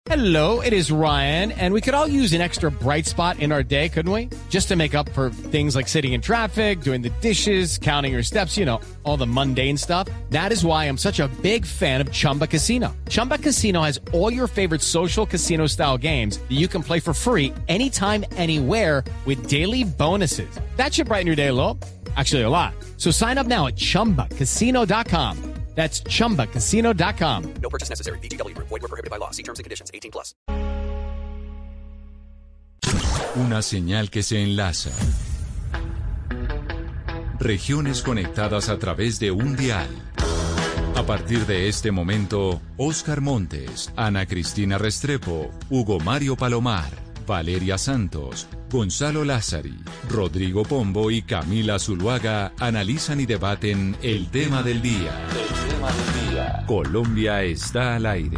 Hello, it is Ryan, and we could all use an extra bright spot in our day, couldn't we? Just to make up for things like sitting in traffic, doing the dishes, counting your steps, you know, all the mundane stuff. That is why I'm such a big fan of Chumba Casino. Chumba Casino has all your favorite social casino-style games that you can play for free anytime, anywhere with daily bonuses. That should brighten your day a little. Actually, a lot. So sign up now at ChumbaCasino.com. That's ChumbaCasino.com. No purchase necessary. VGW Group. Void where prohibited by law. See terms and conditions. 18+. Una señal que se enlaza. Regiones conectadas a través de un dial. A partir de este momento, Oscar Montes, Ana Cristina Restrepo, Hugo Mario Palomar, Valeria Santos, Gonzalo Lázari, Rodrigo Pombo y Camila Zuluaga analizan y debaten el tema del día. Colombia está al aire.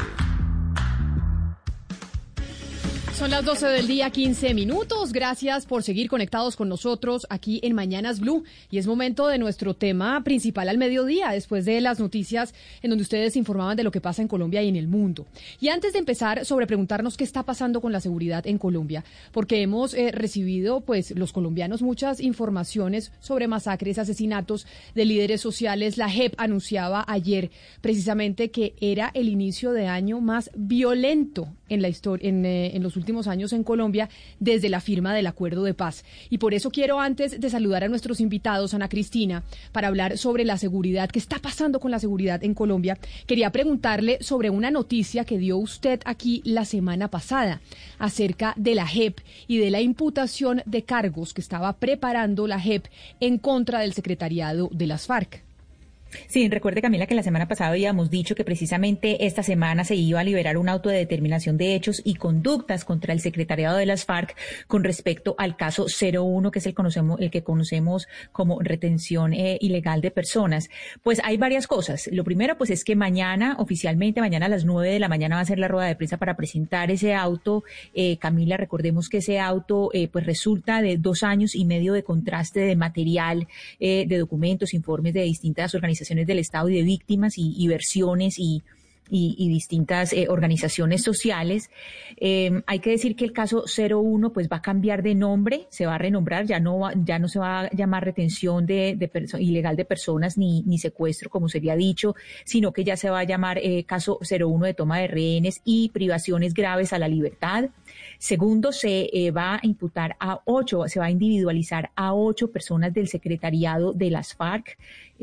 Son las 12 del día, 15 minutos. Gracias por seguir conectados con nosotros aquí en Mañanas Blue. Y es momento de nuestro tema principal al mediodía, después de las noticias en donde ustedes informaban de lo que pasa en Colombia y en el mundo. Y antes de empezar, sobre preguntarnos qué está pasando con la seguridad en Colombia, porque hemos recibido, pues, los colombianos muchas informaciones sobre masacres, asesinatos de líderes sociales. La JEP anunciaba ayer precisamente que era el inicio de año más violento en la historia, en los últimos años en Colombia, desde la firma del acuerdo de paz. Y por eso quiero, antes de saludar a nuestros invitados, Ana Cristina, para hablar sobre la seguridad, qué está pasando con la seguridad en Colombia, quería preguntarle sobre una noticia que dio usted aquí la semana pasada acerca de la JEP y de la imputación de cargos que estaba preparando la JEP en contra del secretariado de las FARC. Sí, recuerde, Camila, que la semana pasada habíamos dicho que precisamente esta semana se iba a liberar un auto de determinación de hechos y conductas contra el secretariado de las FARC con respecto al caso 01, que es el que conocemos como retención ilegal de personas. Pues hay varias cosas. Lo primero, pues, es que mañana, oficialmente, mañana a las 9 de la mañana va a ser la rueda de prensa para presentar ese auto. Camila, recordemos que ese auto, pues, resulta de 2 años y medio de contraste de material, de documentos, informes de distintas organizaciones del Estado y de víctimas y versiones y distintas organizaciones sociales. Hay que decir que el caso 01 pues va a cambiar de nombre, se va a renombrar, ya no se va a llamar retención ilegal de personas ni secuestro, como sería dicho, sino que ya se va a llamar caso 01 de toma de rehenes y privaciones graves a la libertad. Segundo, se va a imputar se va a individualizar a 8 personas del secretariado de las FARC.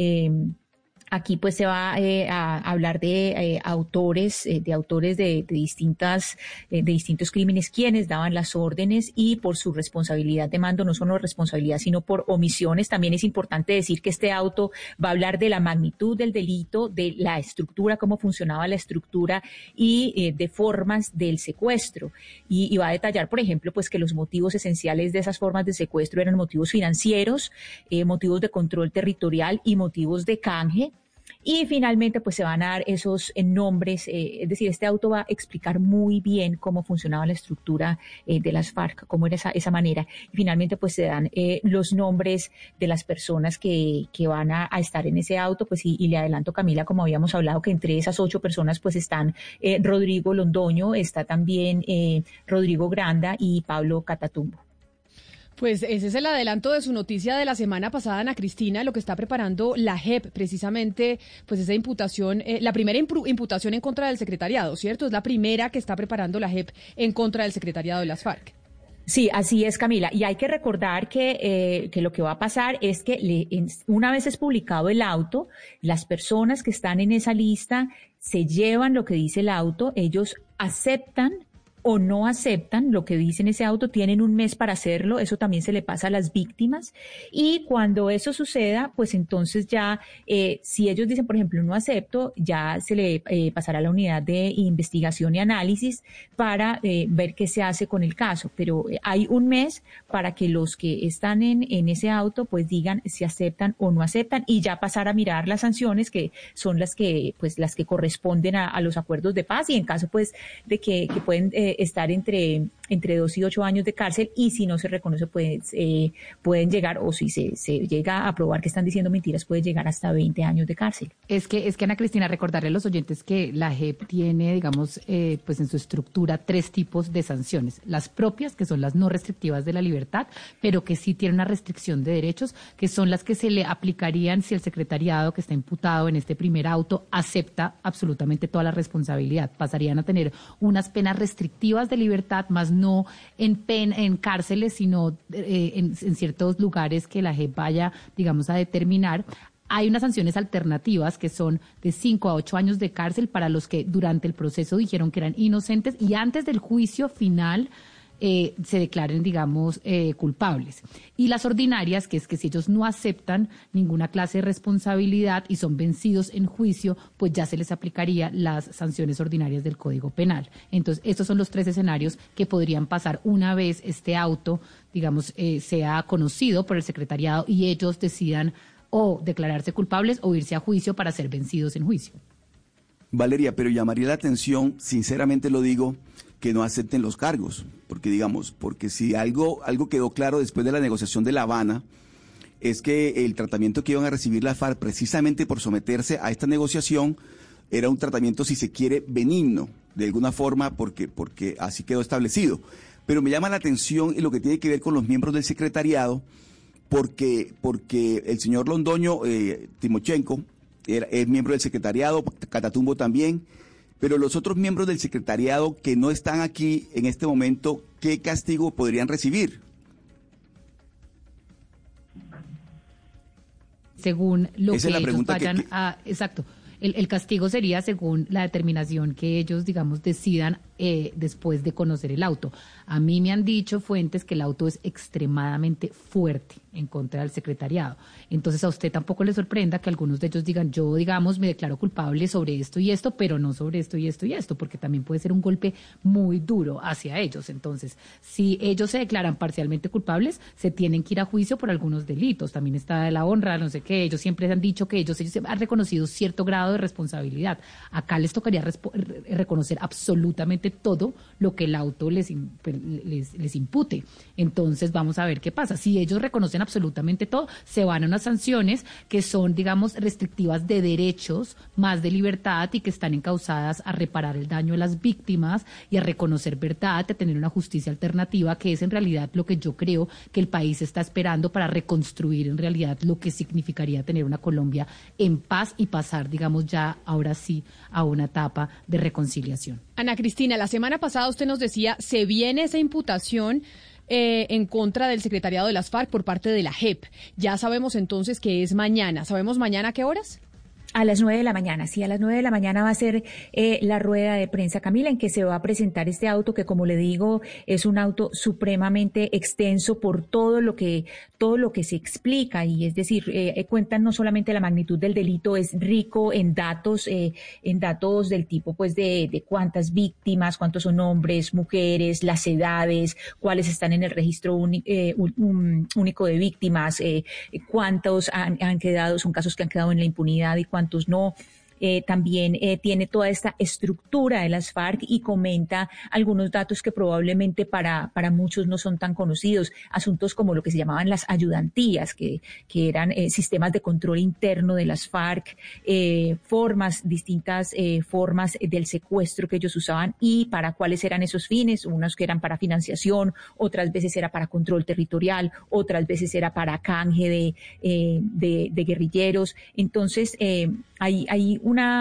Aquí pues se va a hablar de autores de distintos crímenes, quienes daban las órdenes y por su responsabilidad de mando, no solo responsabilidad, sino por omisiones. También es importante decir que este auto va a hablar de la magnitud del delito, de la estructura, cómo funcionaba la estructura y de formas del secuestro. Y va a detallar, por ejemplo, pues que los motivos esenciales de esas formas de secuestro eran motivos financieros, motivos de control territorial y motivos de canje. Y finalmente, pues se van a dar esos nombres, es decir, este auto va a explicar muy bien cómo funcionaba la estructura de las FARC, cómo era esa manera. Y finalmente, pues se dan los nombres de las personas que van a estar en ese auto, pues y le adelanto, Camila, como habíamos hablado, que entre esas 8 personas, pues están Rodrigo Londoño, está también Rodrigo Granda y Pablo Catatumbo. Pues ese es el adelanto de su noticia de la semana pasada, Ana Cristina, lo que está preparando la JEP, precisamente, pues esa imputación, la primera imputación en contra del secretariado, ¿cierto? Es la primera que está preparando la JEP en contra del secretariado de las FARC. Sí, así es, Camila. Y hay que recordar que lo que va a pasar es que una vez es publicado el auto, las personas que están en esa lista se llevan lo que dice el auto, ellos aceptan o no aceptan lo que dice en ese auto, tienen un mes para hacerlo, eso también se le pasa a las víctimas, y cuando eso suceda, pues entonces ya, si ellos dicen, por ejemplo, no acepto, ya se le pasará a la unidad de investigación y análisis para ver qué se hace con el caso, pero hay un mes para que los que están en ese auto pues digan si aceptan o no aceptan, y ya pasar a mirar las sanciones, que son las que corresponden a los acuerdos de paz, y en caso pues de que pueden estar entre entre 2 y 8 años de cárcel, y si no se reconoce, pues pueden llegar, o si se llega a probar que están diciendo mentiras, puede llegar hasta 20 años de cárcel. Es que Ana Cristina, recordarle a los oyentes que la JEP tiene, digamos, pues en su estructura 3 tipos de sanciones. Las propias, que son las no restrictivas de la libertad, pero que sí tienen una restricción de derechos, que son las que se le aplicarían si el secretariado que está imputado en este primer auto acepta absolutamente toda la responsabilidad. Pasarían a tener unas penas restrictivas de libertad, más no en cárceles, sino en ciertos lugares que la JEP vaya, digamos, a determinar. Hay unas sanciones alternativas que son de 5 a 8 años de cárcel para los que durante el proceso dijeron que eran inocentes y antes del juicio final se declaren, digamos, culpables. Y las ordinarias, que es que si ellos no aceptan ninguna clase de responsabilidad y son vencidos en juicio, pues ya se les aplicaría las sanciones ordinarias del Código Penal. Entonces, estos son los 3 escenarios que podrían pasar una vez este auto, digamos, sea conocido por el secretariado y ellos decidan o declararse culpables o irse a juicio para ser vencidos en juicio. Valeria, pero llamaría la atención, sinceramente lo digo, que no acepten los cargos, porque si algo quedó claro después de la negociación de La Habana, es que el tratamiento que iban a recibir la FARC precisamente por someterse a esta negociación era un tratamiento, si se quiere, benigno, de alguna forma, porque así quedó establecido. Pero me llama la atención en lo que tiene que ver con los miembros del secretariado, porque el señor Londoño Timochenko es miembro del secretariado, Catatumbo también, pero los otros miembros del secretariado que no están aquí en este momento, ¿qué castigo podrían recibir? Según lo Esa que es la ellos vayan que... a... Exacto. El castigo sería según la determinación que ellos, digamos, decidan después de conocer el auto. A mí me han dicho fuentes que el auto es extremadamente fuerte en contra del secretariado. Entonces a usted tampoco le sorprenda que algunos de ellos digan, yo, digamos, me declaro culpable sobre esto y esto, pero no sobre esto y esto y esto, porque también puede ser un golpe muy duro hacia ellos. Entonces, si ellos se declaran parcialmente culpables, se tienen que ir a juicio por algunos delitos. También está de la honra, no sé qué. Ellos siempre han dicho que ellos han reconocido cierto grado de responsabilidad. Acá les tocaría reconocer absolutamente todo lo que el auto les impute. Entonces vamos a ver qué pasa. Si ellos reconocen absolutamente todo, se van a unas sanciones que son, digamos, restrictivas de derechos, más de libertad, y que están encausadas a reparar el daño a las víctimas y a reconocer verdad, a tener una justicia alternativa, que es en realidad lo que yo creo que el país está esperando para reconstruir en realidad lo que significaría tener una Colombia en paz y pasar, digamos, ya ahora sí a una etapa de reconciliación. Ana Cristina, la semana pasada usted nos decía, se viene esa imputación en contra del secretariado de las FARC por parte de la JEP. Ya sabemos entonces que es mañana. ¿Sabemos mañana a qué horas? A las 9 de la mañana, sí, a las 9 de la mañana va a ser la rueda de prensa, Camila, en que se va a presentar este auto que, como le digo, es un auto supremamente extenso por todo lo que se explica, y es decir, cuentan no solamente la magnitud del delito, es rico en datos del tipo, pues, de cuántas víctimas, cuántos son hombres, mujeres, las edades, cuáles están en el registro único de víctimas, cuántos han quedado, son casos que han quedado en la impunidad y cuántos no. También tiene toda esta estructura de las FARC y comenta algunos datos que probablemente para muchos no son tan conocidos, asuntos como lo que se llamaban las ayudantías, que eran sistemas de control interno de las FARC, distintas formas del secuestro que ellos usaban y para cuáles eran esos fines, unos que eran para financiación, otras veces era para control territorial, otras veces era para canje de guerrilleros. Entonces, hay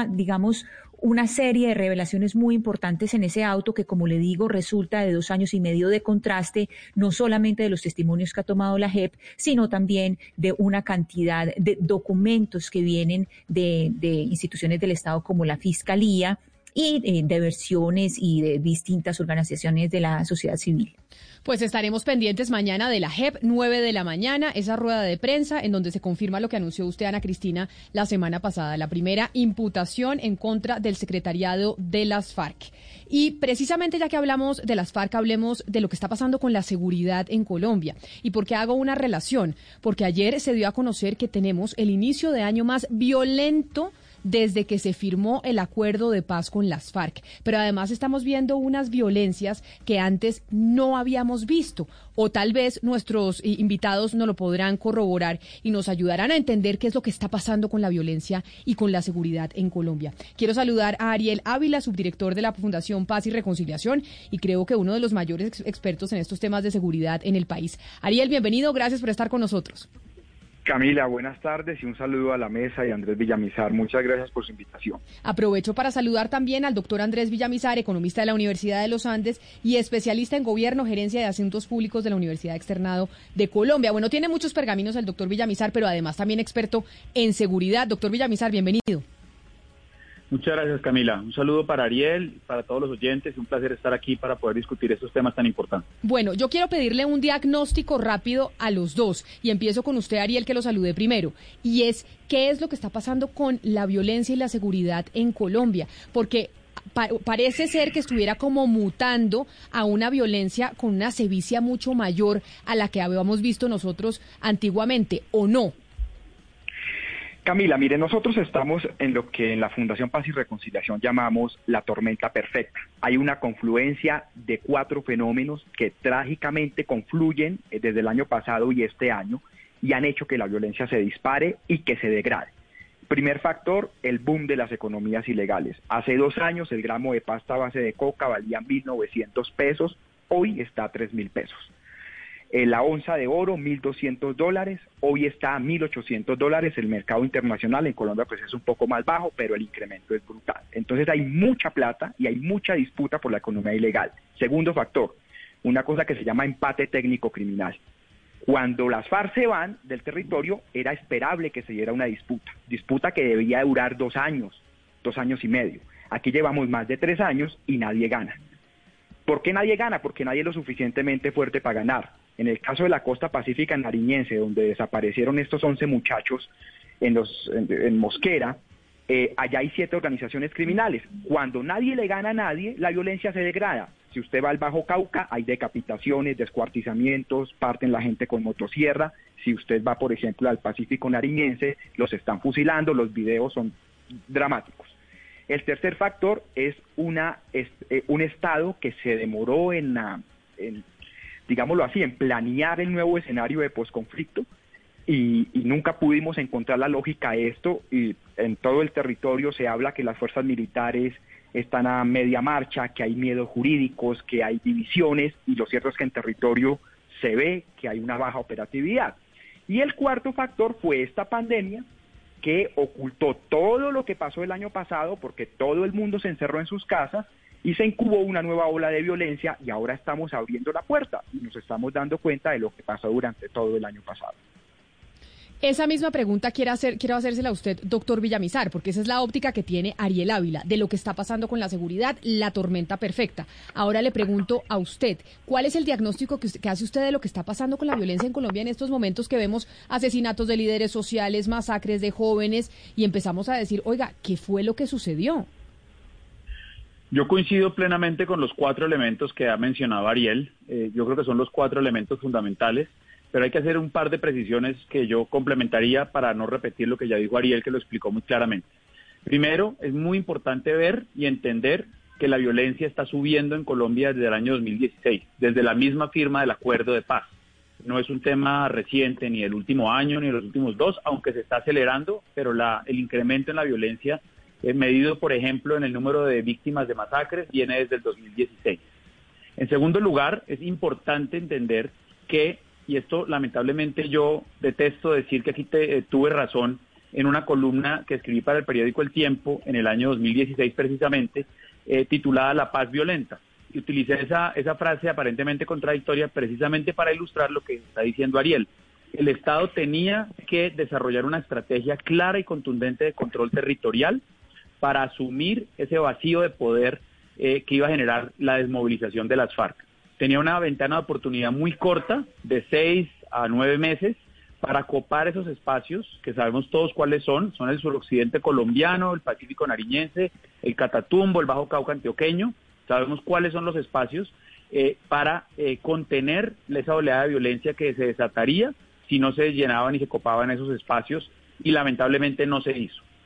una serie de revelaciones muy importantes en ese auto que, como le digo, resulta de 2 años y medio de contraste, no solamente de los testimonios que ha tomado la JEP, sino también de una cantidad de documentos que vienen de instituciones del Estado como la Fiscalía y de versiones y de distintas organizaciones de la sociedad civil. Pues estaremos pendientes mañana de la JEP, 9 de la mañana, esa rueda de prensa en donde se confirma lo que anunció usted, Ana Cristina, la semana pasada, la primera imputación en contra del secretariado de las FARC. Y precisamente ya que hablamos de las FARC, hablemos de lo que está pasando con la seguridad en Colombia. ¿Y por qué hago una relación? Porque ayer se dio a conocer que tenemos el inicio de año más violento desde que se firmó el acuerdo de paz con las FARC. Pero además estamos viendo unas violencias que antes no habíamos visto, o tal vez nuestros invitados nos lo podrán corroborar y nos ayudarán a entender qué es lo que está pasando con la violencia y con la seguridad en Colombia. Quiero saludar a Ariel Ávila, subdirector de la Fundación Paz y Reconciliación, y creo que uno de los mayores expertos en estos temas de seguridad en el país. Ariel, bienvenido, gracias por estar con nosotros. Camila, buenas tardes y un saludo a la mesa y a Andrés Villamizar. Muchas gracias por su invitación. Aprovecho para saludar también al doctor Andrés Villamizar, economista de la Universidad de los Andes y especialista en gobierno, gerencia de asuntos públicos de la Universidad Externado de Colombia. Bueno, tiene muchos pergaminos el doctor Villamizar, pero además también experto en seguridad. Doctor Villamizar, bienvenido. Muchas gracias, Camila. Un saludo para Ariel, para todos los oyentes. Un placer estar aquí para poder discutir estos temas tan importantes. Bueno, yo quiero pedirle un diagnóstico rápido a los dos. Y empiezo con usted, Ariel, que lo saludé primero. Y es, ¿qué es lo que está pasando con la violencia y la seguridad en Colombia? Porque parece ser que estuviera como mutando a una violencia con una sevicia mucho mayor a la que habíamos visto nosotros antiguamente, ¿o no? Camila, mire, nosotros estamos en lo que en la Fundación Paz y Reconciliación llamamos la tormenta perfecta. Hay una confluencia de 4 fenómenos que trágicamente confluyen desde el año pasado y este año y han hecho que la violencia se dispare y que se degrade. Primer factor, el boom de las economías ilegales. Hace 2 años el gramo de pasta base de coca valía 1.900 pesos, hoy está a 3.000 pesos. La onza de oro, $1.200, hoy está a $1.800. El mercado internacional en Colombia pues es un poco más bajo, pero el incremento es brutal. Entonces hay mucha plata y hay mucha disputa por la economía ilegal. Segundo factor, una cosa que se llama empate técnico criminal. Cuando las FARC se van del territorio, era esperable que se diera una disputa que debía durar 2 años, 2 años y medio. Aquí llevamos más de 3 años y nadie gana. ¿Por qué nadie gana? Porque nadie es lo suficientemente fuerte para ganar. En el caso de la costa pacífica nariñense, donde desaparecieron estos 11 muchachos en Mosquera, allá hay 7 organizaciones criminales. Cuando nadie le gana a nadie, la violencia se degrada. Si usted va al Bajo Cauca, hay decapitaciones, descuartizamientos, parten la gente con motosierra. Si usted va, por ejemplo, al Pacífico nariñense, los están fusilando, los videos son dramáticos. El tercer factor es un Estado que se demoró digámoslo así, en planear el nuevo escenario de posconflicto y nunca pudimos encontrar la lógica a esto. Y en todo el territorio se habla que las fuerzas militares están a media marcha, que hay miedos jurídicos, que hay divisiones, y lo cierto es que en territorio se ve que hay una baja operatividad. Y el cuarto factor fue esta pandemia, que ocultó todo lo que pasó el año pasado porque todo el mundo se encerró en sus casas y se incubó una nueva ola de violencia, y ahora estamos abriendo la puerta y nos estamos dando cuenta de lo que pasó durante todo el año pasado. Esa misma pregunta quiero hacérsela a usted, doctor Villamizar, porque esa es la óptica que tiene Ariel Ávila de lo que está pasando con la seguridad, la tormenta perfecta. Ahora le pregunto a usted, ¿cuál es el diagnóstico que hace usted de lo que está pasando con la violencia en Colombia en estos momentos que vemos asesinatos de líderes sociales, masacres de jóvenes, y empezamos a decir, oiga, ¿qué fue lo que sucedió? Yo coincido plenamente con los 4 elementos que ha mencionado Ariel. Yo creo que son los 4 elementos fundamentales, pero hay que hacer un par de precisiones que yo complementaría para no repetir lo que ya dijo Ariel, que lo explicó muy claramente. Primero, es muy importante ver y entender que la violencia está subiendo en Colombia desde el año 2016, desde la misma firma del acuerdo de paz. No es un tema reciente, ni del último año, ni de los últimos 2, aunque se está acelerando, pero el incremento en la violencia medido, por ejemplo, en el número de víctimas de masacres, viene desde el 2016. En segundo lugar, es importante entender que, y esto lamentablemente yo detesto decir que aquí tuve razón en una columna que escribí para el periódico El Tiempo en el año 2016 precisamente, titulada La paz violenta. Y utilicé esa frase aparentemente contradictoria precisamente para ilustrar lo que está diciendo Ariel. El Estado tenía que desarrollar una estrategia clara y contundente de control territorial para asumir ese vacío de poder que iba a generar la desmovilización de las FARC. Tenía una ventana de oportunidad muy corta, de 6 a 9 meses, para copar esos espacios, que sabemos todos cuáles son el suroccidente colombiano, el Pacífico nariñense, el Catatumbo, el Bajo Cauca antioqueño. Sabemos cuáles son los espacios para contener esa oleada de violencia que se desataría si no se llenaban y se copaban esos espacios, y lamentablemente no se hizo.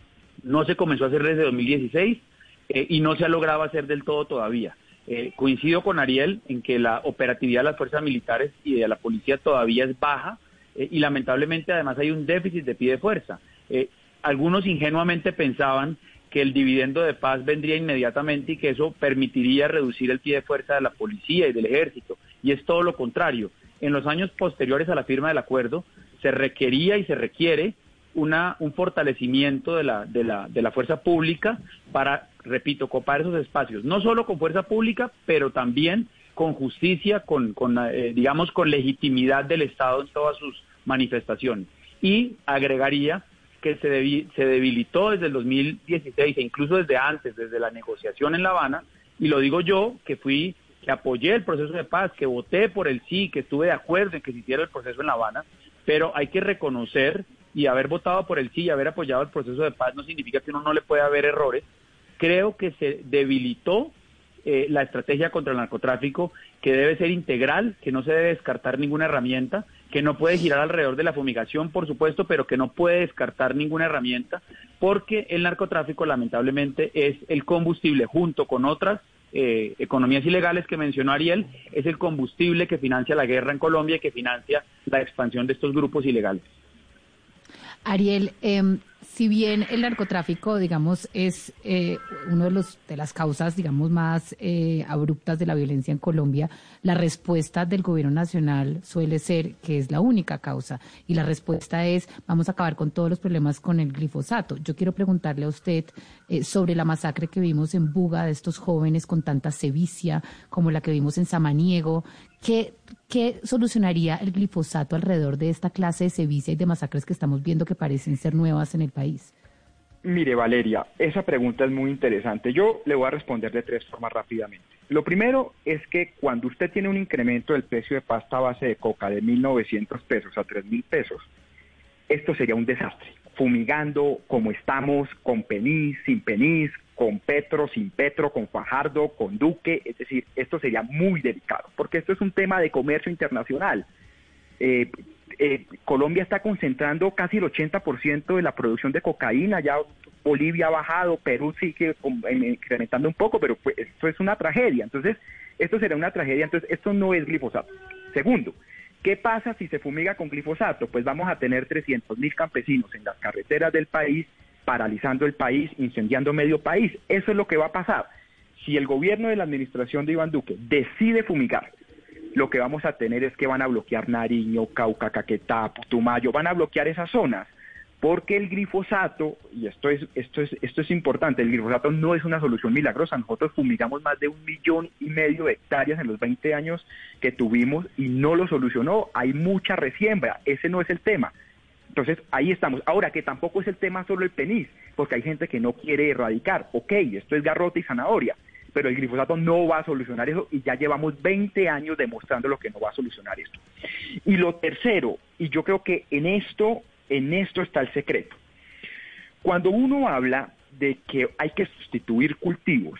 No se comenzó a hacer desde 2016 y no se ha logrado hacer del todo todavía. Coincido con Ariel en que la operatividad de las fuerzas militares y de la policía todavía es baja y lamentablemente además hay un déficit de pie de fuerza. Algunos ingenuamente pensaban que el dividendo de paz vendría inmediatamente y que eso permitiría reducir el pie de fuerza de la policía y del ejército, y es todo lo contrario. En los años posteriores a la firma del acuerdo se requería y se requiere un fortalecimiento de la fuerza pública para, repito, copar esos espacios, no solo con fuerza pública, pero también con justicia, con legitimidad del Estado en todas sus manifestaciones. Y agregaría que se debilitó desde el 2016 e incluso desde antes, desde la negociación en La Habana, y lo digo yo, que apoyé el proceso de paz, que voté por el sí, que estuve de acuerdo en que se hiciera el proceso en La Habana, pero hay que reconocer, y haber votado por el sí y haber apoyado el proceso de paz no significa que uno no le pueda ver errores. Creo que se debilitó la estrategia contra el narcotráfico, que debe ser integral, que no se debe descartar ninguna herramienta, que no puede girar alrededor de la fumigación, por supuesto, pero que no puede descartar ninguna herramienta, porque el narcotráfico lamentablemente es el combustible, junto con otras economías ilegales que mencionó Ariel, es el combustible que financia la guerra en Colombia y que financia la expansión de estos grupos ilegales. Ariel, si bien el narcotráfico, digamos, es uno de las causas, digamos, más abruptas de la violencia en Colombia, la respuesta del gobierno nacional suele ser que es la única causa, y la respuesta es: vamos a acabar con todos los problemas con el glifosato. Yo quiero preguntarle a usted sobre la masacre que vimos en Buga de estos jóvenes con tanta sevicia, como la que vimos en Samaniego. ¿Qué solucionaría el glifosato alrededor de esta clase de sevicia y de masacres que estamos viendo que parecen ser nuevas en el país? Mire, Valeria, esa pregunta es muy interesante. Yo le voy a responder de 3 formas rápidamente. Lo primero es que cuando usted tiene un incremento del precio de pasta base de coca de 1.900 pesos a 3.000 pesos, esto sería un desastre. Fumigando como estamos, con PENIS, sin PENIS, con Petro, sin Petro, con Fajardo, con Duque, es decir, esto sería muy delicado, porque esto es un tema de comercio internacional. Colombia está concentrando casi el 80% de la producción de cocaína, ya Bolivia ha bajado, Perú sigue incrementando un poco, pero pues, esto es una tragedia. Entonces, esto será una tragedia, entonces esto no es glifosato. Segundo, ¿qué pasa si se fumiga con glifosato? Pues vamos a tener 300.000 campesinos en las carreteras del país, paralizando el país, incendiando medio país. Eso es lo que va a pasar. Si el gobierno de la administración de Iván Duque decide fumigar, lo que vamos a tener es que van a bloquear Nariño, Cauca, Caquetá, Putumayo, van a bloquear esas zonas, porque el glifosato, y esto es importante, el glifosato no es una solución milagrosa. Nosotros fumigamos más de 1,5 millones de hectáreas en los 20 años que tuvimos y no lo solucionó. Hay mucha resiembra, ese no es el tema. Entonces, ahí estamos. Ahora, que tampoco es el tema solo el PENIS, porque hay gente que no quiere erradicar. Ok, esto es garrote y zanahoria, pero el glifosato no va a solucionar eso y ya llevamos 20 años demostrando lo que no va a solucionar esto. Y lo tercero, y yo creo que en esto está el secreto. Cuando uno habla de que hay que sustituir cultivos,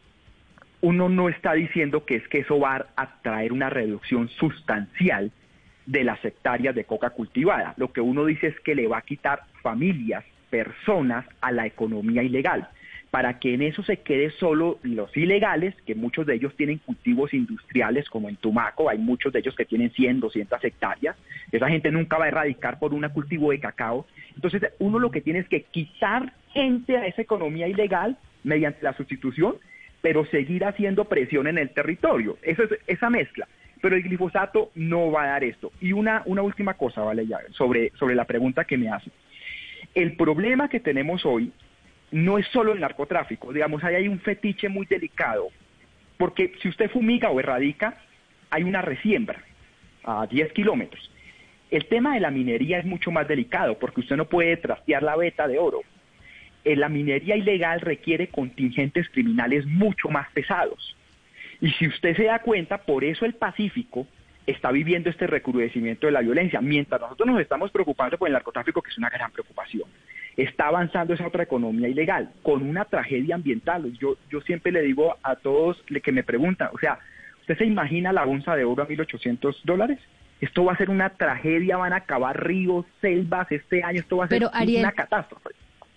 uno no está diciendo que eso va a traer una reducción sustancial de las hectáreas de coca cultivada. Lo que uno dice es que le va a quitar familias, personas a la economía ilegal, para que en eso se quede solo los ilegales, que muchos de ellos tienen cultivos industriales, como en Tumaco, hay muchos de ellos que tienen 100, 200 hectáreas, esa gente nunca va a erradicar por un cultivo de cacao. Entonces uno lo que tiene es que quitar gente a esa economía ilegal mediante la sustitución, pero seguir haciendo presión en el territorio. Eso es esa mezcla. Pero el glifosato no va a dar esto. Y una última cosa, vale, ya, sobre la pregunta que me hace. El problema que tenemos hoy no es solo el narcotráfico, digamos, ahí hay un fetiche muy delicado, porque si usted fumiga o erradica, hay una resiembra a 10 kilómetros. El tema de la minería es mucho más delicado, porque usted no puede trastear la veta de oro. La minería ilegal requiere contingentes criminales mucho más pesados. Y si usted se da cuenta, por eso el Pacífico está viviendo este recrudecimiento de la violencia, mientras nosotros nos estamos preocupando por el narcotráfico, que es una gran preocupación. Está avanzando esa otra economía ilegal, con una tragedia ambiental. Yo siempre le digo a todos que me preguntan, o sea, ¿usted se imagina la onza de oro a $1.800? Esto va a ser una tragedia, van a acabar ríos, selvas este año, esto va a ser una catástrofe.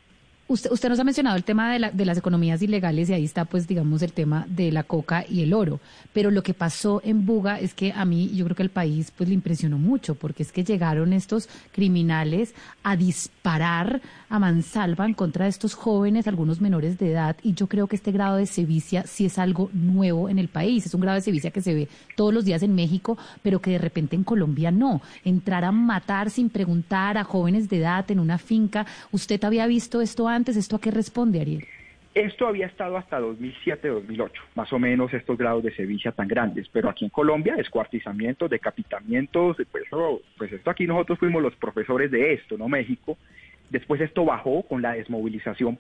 Usted nos ha mencionado el tema de las economías ilegales y ahí está, pues, digamos, el tema de la coca y el oro. Pero lo que pasó en Buga es que a mí, yo creo que al país, pues, le impresionó mucho, porque es que llegaron estos criminales a disparar a mansalva en contra de estos jóvenes, algunos menores de edad, y yo creo que este grado de sevicia sí es algo nuevo en el país. Es un grado de sevicia que se ve todos los días en México, pero que de repente en Colombia no. Entrar a matar sin preguntar a jóvenes de edad en una finca. ¿Usted había visto esto antes? ¿Esto a qué responde, Ariel? Esto había estado hasta 2007-2008, más o menos estos grados de sevicia tan grandes, pero aquí en Colombia, descuartizamientos, decapitamientos, pues esto aquí nosotros fuimos los profesores de esto, ¿no? México. Después esto bajó con la desmovilización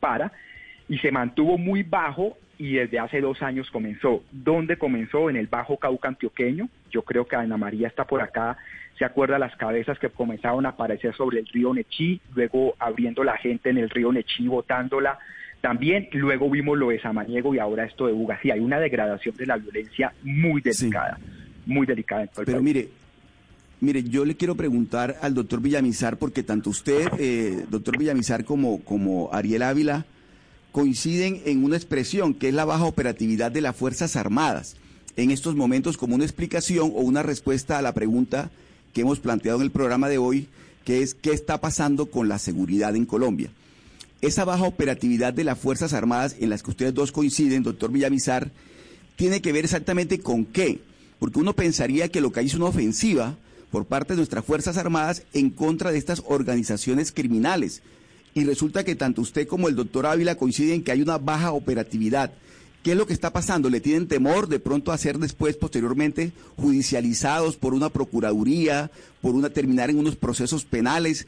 y se mantuvo muy bajo y desde hace 2 años comenzó. ¿Dónde comenzó? En el Bajo Cauca antioqueño. Yo creo que Ana María está por acá, se acuerda las cabezas que comenzaron a aparecer sobre el río Nechí, luego abriendo la gente en el río Nechí, botándola. También luego vimos lo de Samaniego y ahora esto de Buga. Sí, hay una degradación de la violencia muy delicada, muy delicada en todo el país. Pero mire, yo le quiero preguntar al doctor Villamizar, porque tanto usted, doctor Villamizar, como Ariel Ávila, coinciden en una expresión que es la baja operatividad de las Fuerzas Armadas en estos momentos, como una explicación o una respuesta a la pregunta que hemos planteado en el programa de hoy, que es ¿qué está pasando con la seguridad en Colombia? Esa baja operatividad de las Fuerzas Armadas en las que ustedes dos coinciden, doctor Villamizar, tiene que ver exactamente con qué, porque uno pensaría que lo que hay es una ofensiva por parte de nuestras Fuerzas Armadas en contra de estas organizaciones criminales. Y resulta que tanto usted como el doctor Ávila coinciden en que hay una baja operatividad. ¿Qué es lo que está pasando? ¿Le tienen temor de pronto a ser después, posteriormente, judicializados por una procuraduría, terminar en unos procesos penales,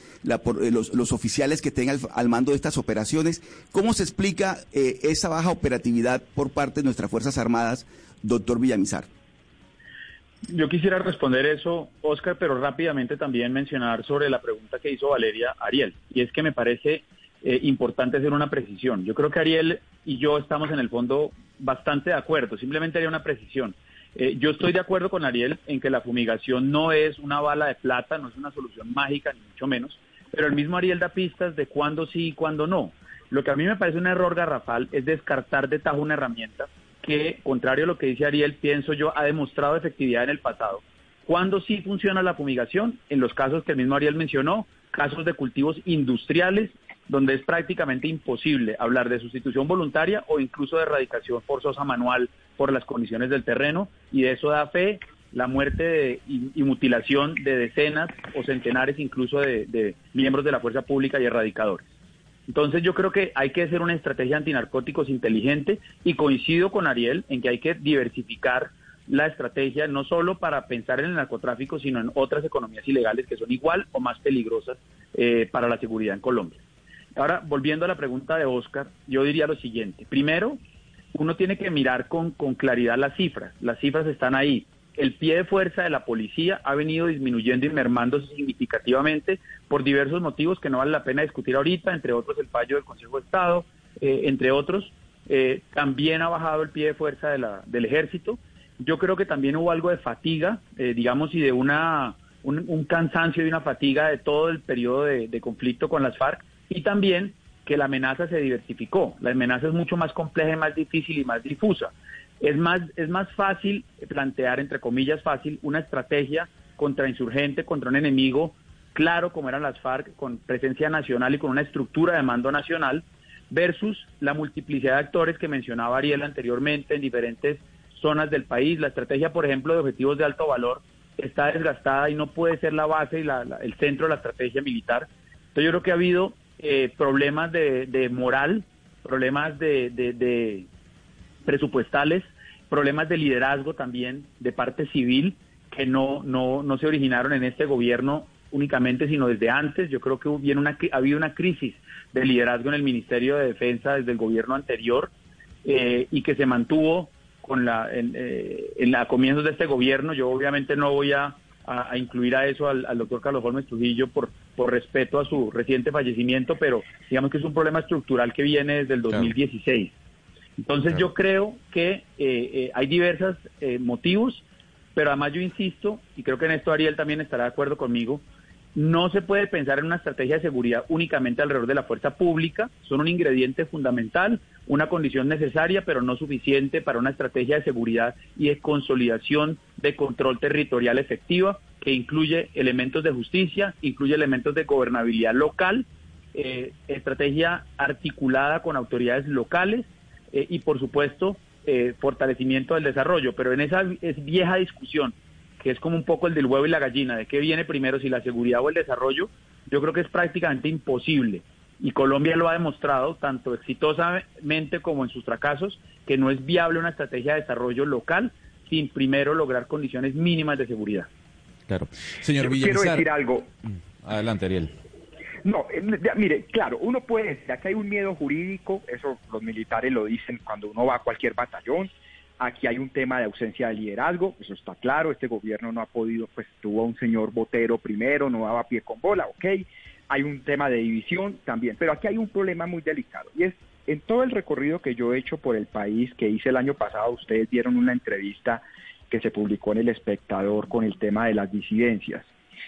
los oficiales que estén al mando de estas operaciones? ¿Cómo se explica esa baja operatividad por parte de nuestras Fuerzas Armadas, doctor Villamizar? Yo quisiera responder eso, Oscar, pero rápidamente también mencionar sobre la pregunta que hizo Valeria Ariel, y es que me parece importante hacer una precisión. Yo creo que Ariel y yo estamos en el fondo bastante de acuerdo, simplemente haría una precisión. Yo estoy de acuerdo con Ariel en que la fumigación no es una bala de plata, no es una solución mágica, ni mucho menos, pero el mismo Ariel da pistas de cuándo sí y cuándo no. Lo que a mí me parece un error garrafal es descartar de tajo una herramienta que, contrario a lo que dice Ariel, pienso yo, ha demostrado efectividad en el pasado. ¿Cuándo sí funciona la fumigación? En los casos que el mismo Ariel mencionó, casos de cultivos industriales, donde es prácticamente imposible hablar de sustitución voluntaria o incluso de erradicación forzosa manual por las condiciones del terreno, y de eso da fe la muerte y mutilación de decenas o centenares incluso de miembros de la fuerza pública y erradicadores. Entonces yo creo que hay que hacer una estrategia antinarcóticos inteligente, y coincido con Ariel en que hay que diversificar la estrategia no solo para pensar en el narcotráfico, sino en otras economías ilegales que son igual o más peligrosas para la seguridad en Colombia. Ahora, volviendo a la pregunta de Oscar, yo diría lo siguiente. Primero, uno tiene que mirar con claridad las cifras. Las cifras están ahí. El pie de fuerza de la policía ha venido disminuyendo y mermándose significativamente por diversos motivos que no vale la pena discutir ahorita, entre otros el fallo del Consejo de Estado, entre otros. También ha bajado el pie de fuerza del ejército. Yo creo que también hubo algo de fatiga, digamos, y de un cansancio y una fatiga de todo el periodo de conflicto con las FARC, y también que la amenaza se diversificó. La amenaza es mucho más compleja y más difícil y más difusa. Es más fácil plantear, entre comillas fácil, una estrategia contrainsurgente contra un enemigo claro como eran las FARC, con presencia nacional y con una estructura de mando nacional, versus la multiplicidad de actores que mencionaba Ariel anteriormente en diferentes zonas del país. La estrategia, por ejemplo, de objetivos de alto valor está desgastada y no puede ser la base y el centro de la estrategia militar. Entonces yo creo que ha habido problemas de moral, problemas de presupuestales, problemas de liderazgo también de parte civil que no se originaron en este gobierno únicamente, sino desde antes. Yo creo que ha habido una crisis de liderazgo en el Ministerio de Defensa desde el gobierno anterior, y que se mantuvo a comienzos de este gobierno. Yo obviamente no voy a incluir a eso al doctor Carlos Holmes Trujillo por respeto a su reciente fallecimiento, pero digamos que es un problema estructural que viene desde el 2016. Claro. Entonces yo creo que hay diversos motivos, pero además yo insisto, y creo que en esto Ariel también estará de acuerdo conmigo, No se puede pensar en una estrategia de seguridad únicamente alrededor de la fuerza pública, son un ingrediente fundamental, una condición necesaria, pero no suficiente para una estrategia de seguridad y de consolidación de control territorial efectiva, que incluye elementos de justicia, incluye elementos de gobernabilidad local, estrategia articulada con autoridades locales y, por supuesto, fortalecimiento del desarrollo. Pero en esa vieja discusión, que es como un poco el del huevo y la gallina, de qué viene primero, si la seguridad o el desarrollo, yo creo que es prácticamente imposible. Y Colombia lo ha demostrado, tanto exitosamente como en sus fracasos, que no es viable una estrategia de desarrollo local sin primero lograr condiciones mínimas de seguridad. Claro. Señor Villamizar. Quiero decir algo. Adelante, Ariel. No, mire, claro, uno puede decir, aquí hay un miedo jurídico, eso los militares lo dicen cuando uno va a cualquier batallón. Aquí hay un tema de ausencia de liderazgo, eso está claro, este gobierno no ha podido, pues tuvo a un señor Botero primero, no daba pie con bola, ok, hay un tema de división también, pero aquí hay un problema muy delicado, y es, en todo el recorrido que yo he hecho por el país, que hice el año pasado, ustedes vieron una entrevista que se publicó en El Espectador con el tema de las disidencias.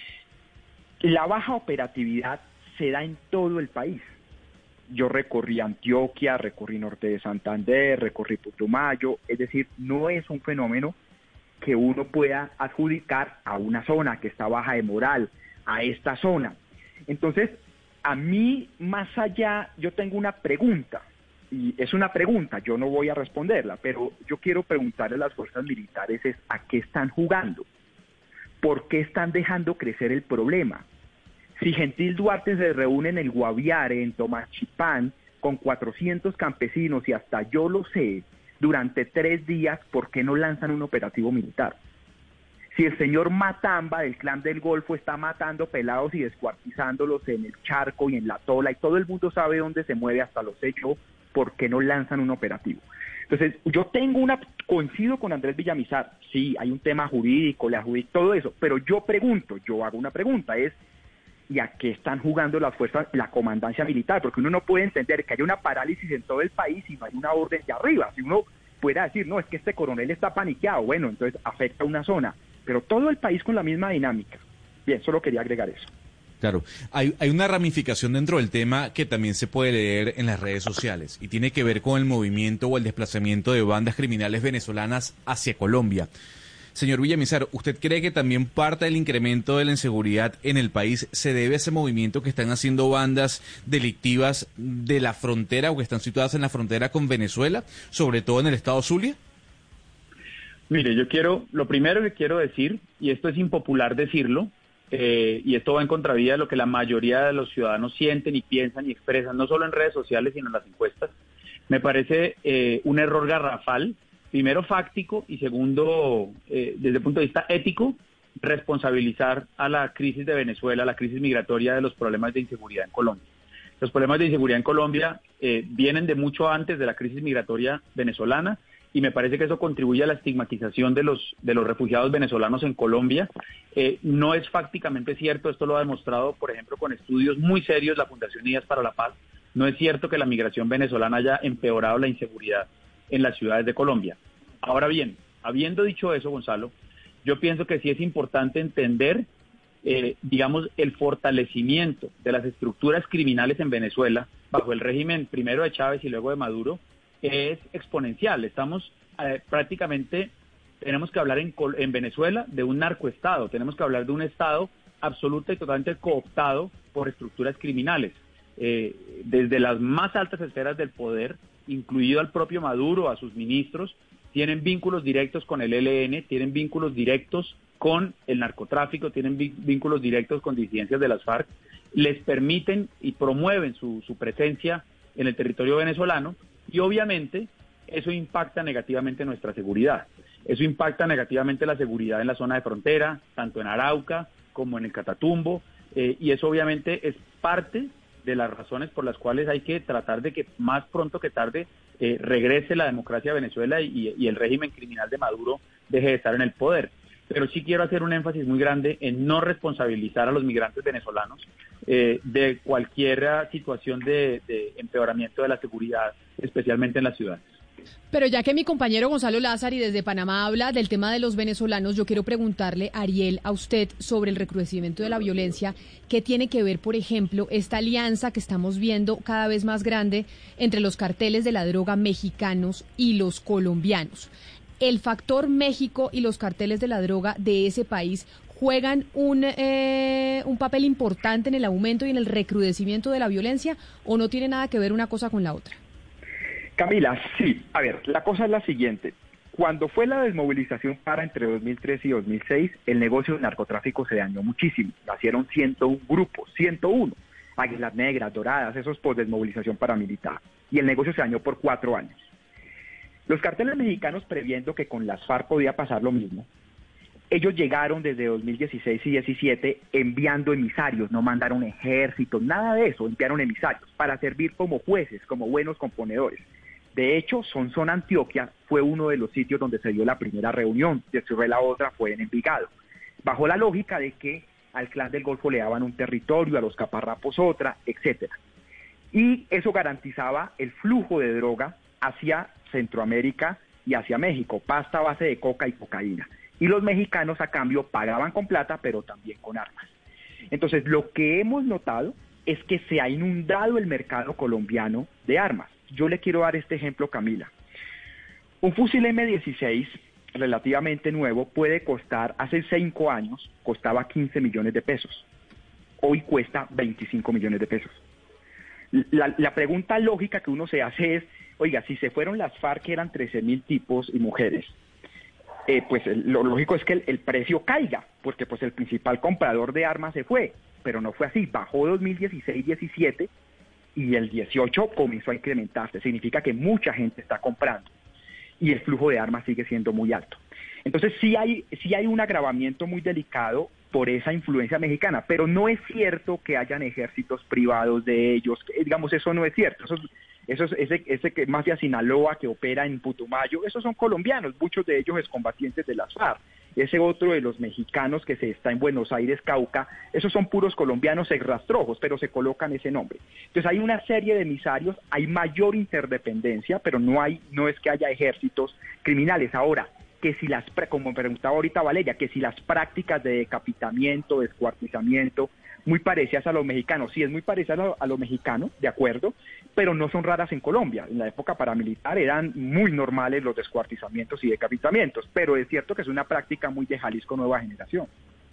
La baja operatividad se da en todo el país. Yo recorrí Antioquia, recorrí Norte de Santander, recorrí Putumayo, es decir, no es un fenómeno que uno pueda adjudicar a una zona que está baja de moral, a esta zona. Entonces, a mí, más allá, yo tengo una pregunta, y es una pregunta, yo no voy a responderla, pero yo quiero preguntarle a las fuerzas militares es ¿a qué están jugando? ¿Por qué están dejando crecer el problema? Si Gentil Duarte se reúne en el Guaviare, en Tomaxipán, con 400 campesinos y hasta yo lo sé, durante 3 días, ¿por qué no lanzan un operativo militar? Si el señor Matamba del Clan del Golfo está matando pelados y descuartizándolos en el charco y en la tola y todo el mundo sabe dónde se mueve, hasta lo sé yo, ¿por qué no lanzan un operativo? Entonces, yo coincido con Andrés Villamizar, sí, hay un tema jurídico, todo eso, pero yo hago una pregunta, es ¿y a qué están jugando las fuerzas, la comandancia militar? Porque uno no puede entender que haya una parálisis en todo el país y no hay una orden de arriba. Si uno pueda decir, no, es que este coronel está paniqueado, bueno, entonces afecta a una zona, pero todo el país con la misma dinámica. Bien, solo quería agregar eso. Claro, hay una ramificación dentro del tema que también se puede leer en las redes sociales y tiene que ver con el movimiento o el desplazamiento de bandas criminales venezolanas hacia Colombia. Señor Villamizar, ¿usted cree que también parte del incremento de la inseguridad en el país se debe a ese movimiento que están haciendo bandas delictivas de la frontera o que están situadas en la frontera con Venezuela, sobre todo en el estado Zulia? Mire, lo primero que quiero decir, y esto es impopular decirlo, y esto va en contravía de lo que la mayoría de los ciudadanos sienten y piensan y expresan, no solo en redes sociales, sino en las encuestas, me parece un error garrafal. Primero, fáctico, y segundo, desde el punto de vista ético, responsabilizar a la crisis de Venezuela, la crisis migratoria, de los problemas de inseguridad en Colombia. Los problemas de inseguridad en Colombia vienen de mucho antes de la crisis migratoria venezolana, y me parece que eso contribuye a la estigmatización de los refugiados venezolanos en Colombia. No es fácticamente cierto, esto lo ha demostrado, por ejemplo, con estudios muy serios la Fundación Ideas para la Paz. No es cierto que la migración venezolana haya empeorado la inseguridad en las ciudades de Colombia. Ahora bien, habiendo dicho eso, Gonzalo, yo pienso que sí es importante entender, el fortalecimiento de las estructuras criminales en Venezuela, bajo el régimen primero de Chávez y luego de Maduro, es exponencial. Prácticamente, tenemos que hablar en Venezuela de un narcoestado, tenemos que hablar de un estado absoluta y totalmente cooptado por estructuras criminales, desde las más altas esferas del poder, incluido al propio Maduro, a sus ministros, tienen vínculos directos con el ELN, tienen vínculos directos con el narcotráfico, tienen vínculos directos con disidencias de las FARC, les permiten y promueven su presencia en el territorio venezolano, y obviamente eso impacta negativamente nuestra seguridad. Eso impacta negativamente la seguridad en la zona de frontera, tanto en Arauca como en el Catatumbo, y eso obviamente es parte de las razones por las cuales hay que tratar de que más pronto que tarde regrese la democracia a Venezuela y el régimen criminal de Maduro deje de estar en el poder. Pero sí quiero hacer un énfasis muy grande en no responsabilizar a los migrantes venezolanos de cualquier situación de empeoramiento de la seguridad, especialmente en las ciudades. Pero ya que mi compañero Gonzalo Lázari desde Panamá habla del tema de los venezolanos, yo quiero preguntarle, Ariel, a usted sobre el recrudecimiento de la violencia. ¿Qué tiene que ver, por ejemplo, esta alianza que estamos viendo cada vez más grande entre los carteles de la droga mexicanos y los colombianos? ¿El factor México y los carteles de la droga de ese país juegan un papel importante en el aumento y en el recrudecimiento de la violencia, o no tiene nada que ver una cosa con la otra? Camila, sí. A ver, la cosa es la siguiente. Cuando fue la desmovilización entre 2003 y 2006, el negocio del narcotráfico se dañó muchísimo. Nacieron 101 grupos, 101. Águilas Negras, Doradas, esos por desmovilización paramilitar. Y el negocio se dañó por 4 años. Los carteles mexicanos, previendo que con las FARC podía pasar lo mismo, ellos llegaron desde 2016 y 2017 enviando emisarios, no mandaron ejércitos, nada de eso, enviaron emisarios para servir como jueces, como buenos componedores. De hecho, Sonsón, Antioquia, fue uno de los sitios donde se dio la primera reunión, después la otra fue en Envigado, bajo la lógica de que al Clan del Golfo le daban un territorio, a los caparrapos otra, etcétera. Y eso garantizaba el flujo de droga hacia Centroamérica y hacia México, pasta a base de coca y cocaína. Y los mexicanos, a cambio, pagaban con plata, pero también con armas. Entonces, lo que hemos notado es que se ha inundado el mercado colombiano de armas. Yo le quiero dar este ejemplo, Camila. Un fusil M16 relativamente nuevo puede costar, hace 5 años, costaba 15 millones de pesos. Hoy cuesta 25 millones de pesos. La pregunta lógica que uno se hace es, oiga, si se fueron las FARC, eran 13.000 tipos y mujeres, pues lo lógico es que el precio caiga, porque pues el principal comprador de armas se fue, pero no fue así. Bajó 2016-17 y el 18 comenzó a incrementarse. Significa que mucha gente está comprando y el flujo de armas sigue siendo muy alto. Entonces sí hay un agravamiento muy delicado por esa influencia mexicana, pero no es cierto que hayan ejércitos privados de ellos, digamos, eso no es cierto. Ese que mafia Sinaloa que opera en Putumayo, esos son colombianos, muchos de ellos excombatientes de las FARC. Ese otro de los mexicanos que se está en Buenos Aires, Cauca, esos son puros colombianos exrastrojos, pero se colocan ese nombre. Entonces hay una serie de emisarios, hay mayor interdependencia, pero no es que haya ejércitos criminales. Ahora, que si como preguntaba ahorita Valeria, que si las prácticas de decapitamiento, descuartizamiento, muy parecidas a los mexicanos, sí es muy parecida a los mexicanos, de acuerdo, pero no son raras en Colombia. En la época paramilitar eran muy normales los descuartizamientos y decapitamientos, pero es cierto que es una práctica muy de Jalisco Nueva Generación.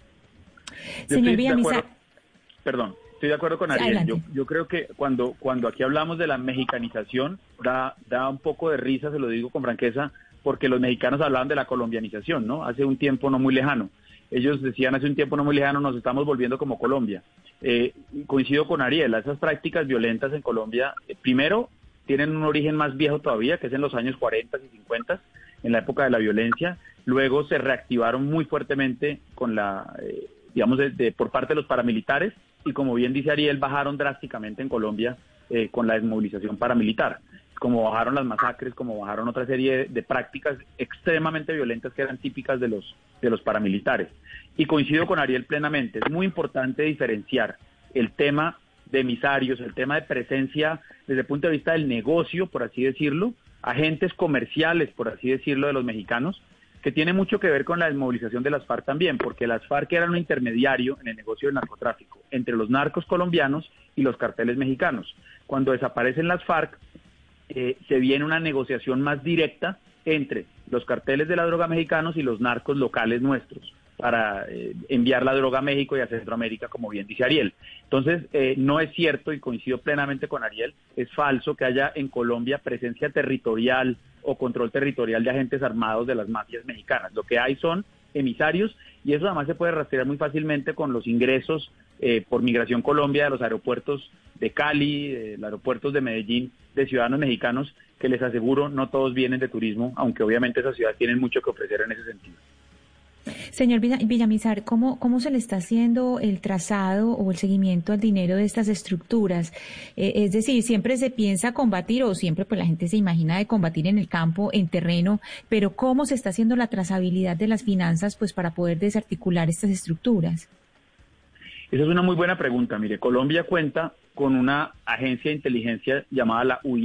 Señor Villamizar. Perdón, estoy de acuerdo con Ariel. Yo creo que cuando aquí hablamos de la mexicanización, da un poco de risa, se lo digo con franqueza, porque los mexicanos hablaban de la colombianización, ¿no? Hace un tiempo no muy lejano. Ellos decían hace un tiempo no muy lejano, nos estamos volviendo como Colombia. Coincido con Ariel, esas prácticas violentas en Colombia, primero, tienen un origen más viejo todavía, que es en los años 40 y 50, en la época de la violencia. Luego se reactivaron muy fuertemente con por parte de los paramilitares, y como bien dice Ariel, bajaron drásticamente en Colombia con la desmovilización paramilitar, como bajaron las masacres, como bajaron otra serie de prácticas extremadamente violentas que eran típicas de los paramilitares. Y coincido con Ariel plenamente, es muy importante diferenciar el tema de emisarios, el tema de presencia desde el punto de vista del negocio, por así decirlo, agentes comerciales, por así decirlo, de los mexicanos, que tiene mucho que ver con la desmovilización de las FARC también, porque las FARC eran un intermediario en el negocio del narcotráfico entre los narcos colombianos y los carteles mexicanos. Cuando desaparecen las FARC, se viene una negociación más directa entre los carteles de la droga mexicanos y los narcos locales nuestros para enviar la droga a México y a Centroamérica, como bien dice Ariel. Entonces, no es cierto, y coincido plenamente con Ariel, es falso que haya en Colombia presencia territorial o control territorial de agentes armados de las mafias mexicanas. Lo que hay son emisarios, y eso además se puede rastrear muy fácilmente con los ingresos por Migración Colombia de los aeropuertos de Cali, de los aeropuertos de Medellín, de ciudadanos mexicanos, que les aseguro no todos vienen de turismo, aunque obviamente esas ciudades tienen mucho que ofrecer en ese sentido. Señor Villamizar, ¿cómo se le está haciendo el trazado o el seguimiento al dinero de estas estructuras? Es decir, siempre se piensa combatir, o siempre pues la gente se imagina de combatir en el campo, en terreno, pero ¿cómo se está haciendo la trazabilidad de las finanzas pues para poder desarticular estas estructuras? Esa es una muy buena pregunta. Mire, Colombia cuenta con una agencia de inteligencia llamada la UIAF,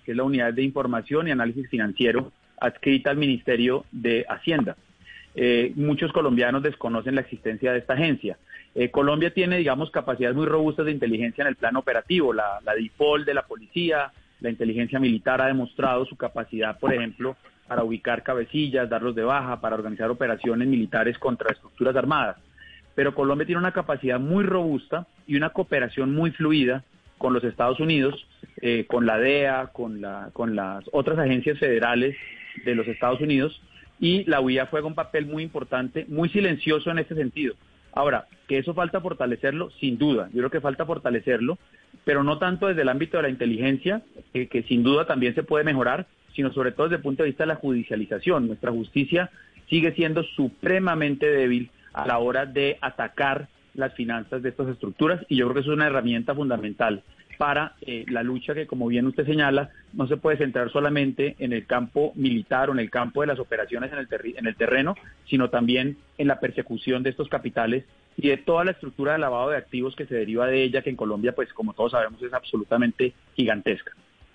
que es la Unidad de Información y Análisis Financiero adscrita al Ministerio de Hacienda. Muchos colombianos desconocen la existencia de esta agencia. Colombia tiene, digamos, capacidades muy robustas de inteligencia en el plano operativo. La DIPOL de la policía, la inteligencia militar ha demostrado su capacidad, por ejemplo, para ubicar cabecillas, darlos de baja, para organizar operaciones militares contra estructuras armadas. Pero Colombia tiene una capacidad muy robusta y una cooperación muy fluida con los Estados Unidos, con la DEA, con las otras agencias federales de los Estados Unidos, y la UIA juega un papel muy importante, muy silencioso en este sentido. Ahora, que eso falta fortalecerlo, sin duda, yo creo que falta fortalecerlo, pero no tanto desde el ámbito de la inteligencia, que sin duda también se puede mejorar, sino sobre todo desde el punto de vista de la judicialización. Nuestra justicia sigue siendo supremamente débil a la hora de atacar las finanzas de estas estructuras, y yo creo que eso es una herramienta fundamental para la lucha que, como bien usted señala, no se puede centrar solamente en el campo militar o en el campo de las operaciones en el terreno, sino también en la persecución de estos capitales y de toda la estructura de lavado de activos que se deriva de ella, que en Colombia, pues como todos sabemos, es absolutamente gigantesca.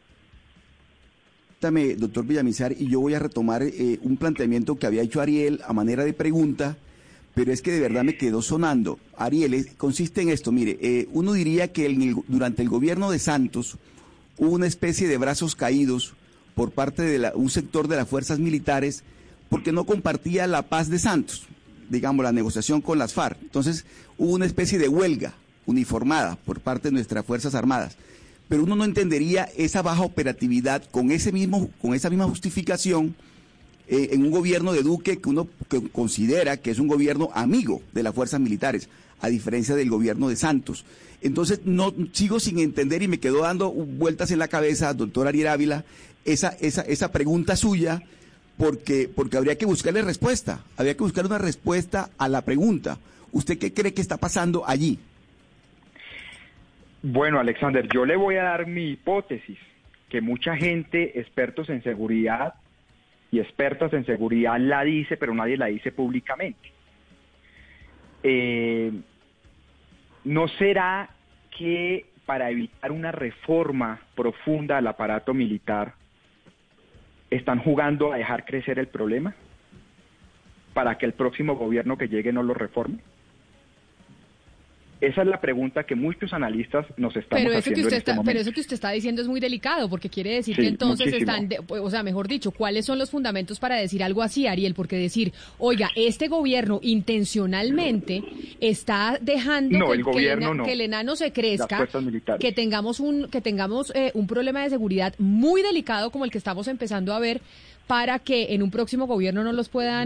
Doctor Villamizar, y yo voy a retomar un planteamiento que había hecho Ariel a manera de pregunta, pero es que de verdad me quedó sonando. Ariel, consiste en esto, mire, uno diría que durante el gobierno de Santos hubo una especie de brazos caídos por parte de un sector de las fuerzas militares porque no compartía la paz de Santos, digamos, la negociación con las FARC. Entonces hubo una especie de huelga uniformada por parte de nuestras Fuerzas Armadas. Pero uno no entendería esa baja operatividad con esa misma justificación en un gobierno de Duque que uno considera que es un gobierno amigo de las fuerzas militares, a diferencia del gobierno de Santos. Entonces, no sigo sin entender y me quedó dando vueltas en la cabeza, doctor Ariel Ávila, esa pregunta suya, porque habría que buscarle respuesta, habría que buscar una respuesta a la pregunta. ¿Usted qué cree que está pasando allí? Bueno, Alexander, yo le voy a dar mi hipótesis, que mucha gente, expertos en seguridad y expertas en seguridad la dice, pero nadie la dice públicamente. ¿No será que para evitar una reforma profunda al aparato militar están jugando a dejar crecer el problema para que el próximo gobierno que llegue no lo reforme? Esa es la pregunta que muchos analistas nos estamos haciendo en este momento. Pero eso que usted está diciendo es muy delicado, porque quiere decir que entonces muchísimo. Mejor dicho, ¿cuáles son los fundamentos para decir algo así, Ariel? Porque decir, oiga, este gobierno intencionalmente está dejando que el enano se crezca, que tengamos un problema de seguridad muy delicado como el que estamos empezando a ver, para que en un próximo gobierno no los puedan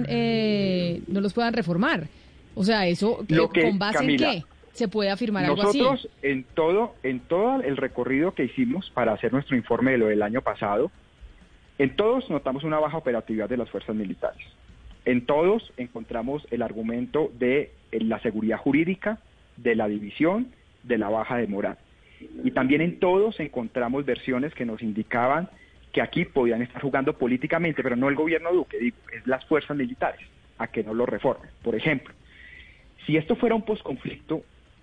reformar. O sea, eso, ¿con base Camila, en qué se puede afirmar algo así? Nosotros, en todo el recorrido que hicimos para hacer nuestro informe de lo del año pasado, en todos notamos una baja operatividad de las fuerzas militares. En todos encontramos el argumento de la seguridad jurídica, de la división, de la baja de moral. Y también en todos encontramos versiones que nos indicaban que aquí podían estar jugando políticamente, pero no el gobierno Duque, es las fuerzas militares, a que no lo reformen. Por ejemplo, si esto fuera un posconflicto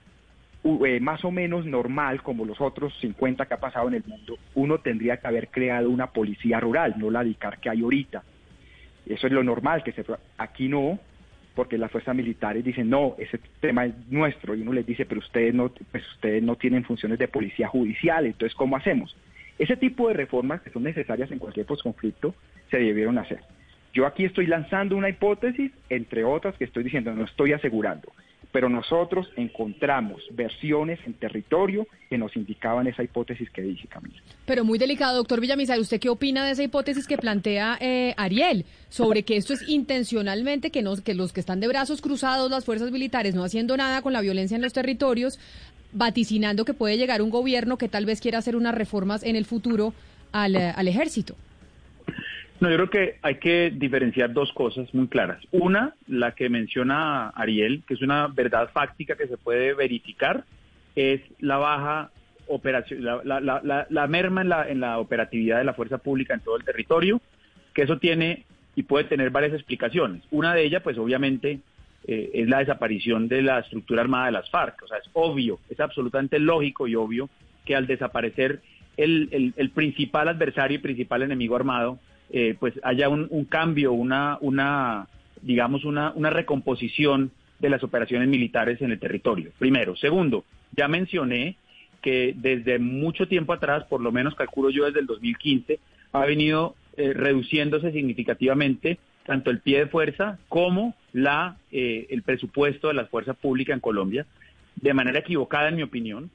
más o menos normal, como los otros 50 que ha pasado en el mundo, uno tendría que haber creado una policía rural, no la DICAR que hay ahorita. Eso es lo normal, aquí no, porque las fuerzas militares dicen, no, ese tema es nuestro, y uno les dice, pero ustedes no tienen funciones de policía judicial, entonces ¿cómo hacemos? Ese tipo de reformas que son necesarias en cualquier posconflicto se debieron hacer. Yo aquí estoy lanzando una hipótesis, entre otras que estoy diciendo, no estoy asegurando, pero nosotros encontramos versiones en territorio que nos indicaban esa hipótesis que dije, Camila. Pero muy delicado, doctor Villamizar, ¿usted qué opina de esa hipótesis que plantea Ariel, sobre que esto es intencionalmente, que los que están de brazos cruzados, las fuerzas militares, no haciendo nada con la violencia en los territorios, vaticinando que puede llegar un gobierno que tal vez quiera hacer unas reformas en el futuro al ejército? No, yo creo que hay que diferenciar dos cosas muy claras. Una, la que menciona Ariel, que es una verdad fáctica que se puede verificar, es la baja operación, la merma en la operatividad de la fuerza pública en todo el territorio, que eso tiene y puede tener varias explicaciones. Una de ellas, pues obviamente, es la desaparición de la estructura armada de las FARC. O sea, es obvio, es absolutamente lógico y obvio que al desaparecer el principal adversario y principal enemigo armado, pues haya un cambio, una recomposición de las operaciones militares en el territorio. Primero. Segundo, ya mencioné que desde mucho tiempo atrás, por lo menos calculo yo desde el 2015, ha venido reduciéndose significativamente tanto el pie de fuerza como el presupuesto de la fuerza pública en Colombia, de manera equivocada en mi opinión,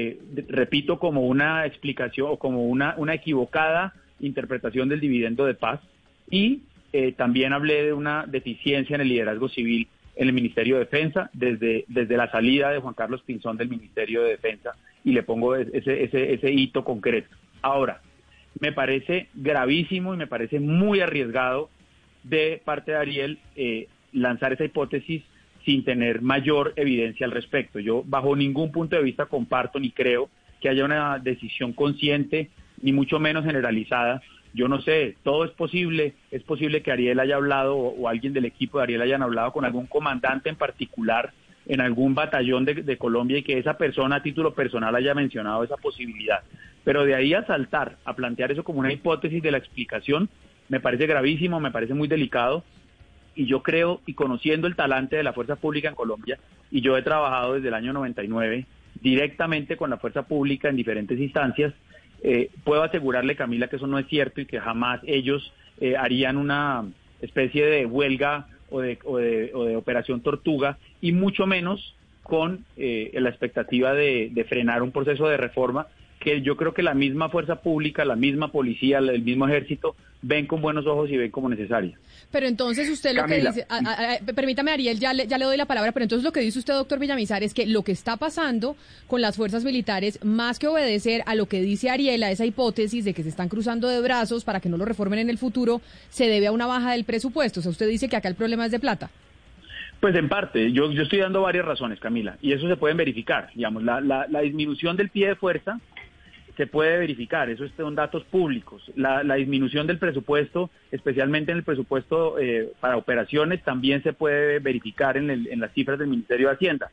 repito, como una explicación o como una equivocada interpretación del dividendo de paz, y también hablé de una deficiencia en el liderazgo civil en el Ministerio de Defensa desde la salida de Juan Carlos Pinzón del Ministerio de Defensa, y le pongo ese hito concreto. Ahora, me parece gravísimo y me parece muy arriesgado de parte de Ariel lanzar esa hipótesis sin tener mayor evidencia al respecto. Yo bajo ningún punto de vista comparto ni creo que haya una decisión consciente, ni mucho menos generalizada. Yo no sé, todo es posible que Ariel haya hablado o alguien del equipo de Ariel hayan hablado con algún comandante en particular en algún batallón de Colombia y que esa persona a título personal haya mencionado esa posibilidad. Pero de ahí a saltar, a plantear eso como una hipótesis de la explicación, me parece gravísimo, me parece muy delicado, y yo creo, y conociendo el talante de la fuerza pública en Colombia, y yo he trabajado desde el año 99 directamente con la fuerza pública en diferentes instancias, puedo asegurarle, Camila, que eso no es cierto y que jamás ellos harían una especie de huelga o de operación tortuga, y mucho menos con la expectativa de frenar un proceso de reforma que yo creo que la misma fuerza pública, la misma policía, el mismo ejército ven con buenos ojos y ven como necesaria. Pero entonces usted lo Camila, que dice, permítame Ariel, ya le doy la palabra, pero entonces lo que dice usted, doctor Villamizar, es que lo que está pasando con las fuerzas militares, más que obedecer a lo que dice Ariel, a esa hipótesis de que se están cruzando de brazos para que no lo reformen en el futuro, se debe a una baja del presupuesto. O sea, usted dice que acá el problema es de plata. Pues en parte, yo estoy dando varias razones, Camila, y eso se pueden verificar. Digamos, la disminución del pie de fuerza se puede verificar, eso son datos públicos. La disminución del presupuesto, especialmente en el presupuesto para operaciones, también se puede verificar en las cifras del Ministerio de Hacienda.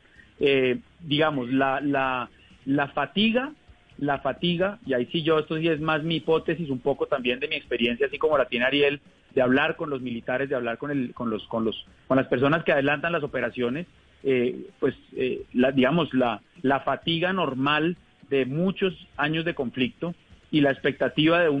Digamos, la fatiga, y ahí sí esto sí es más mi hipótesis, un poco también de mi experiencia, así como la tiene Ariel, de hablar con los militares, de hablar con las personas que adelantan las operaciones, la fatiga normal de muchos años de conflicto y la expectativa de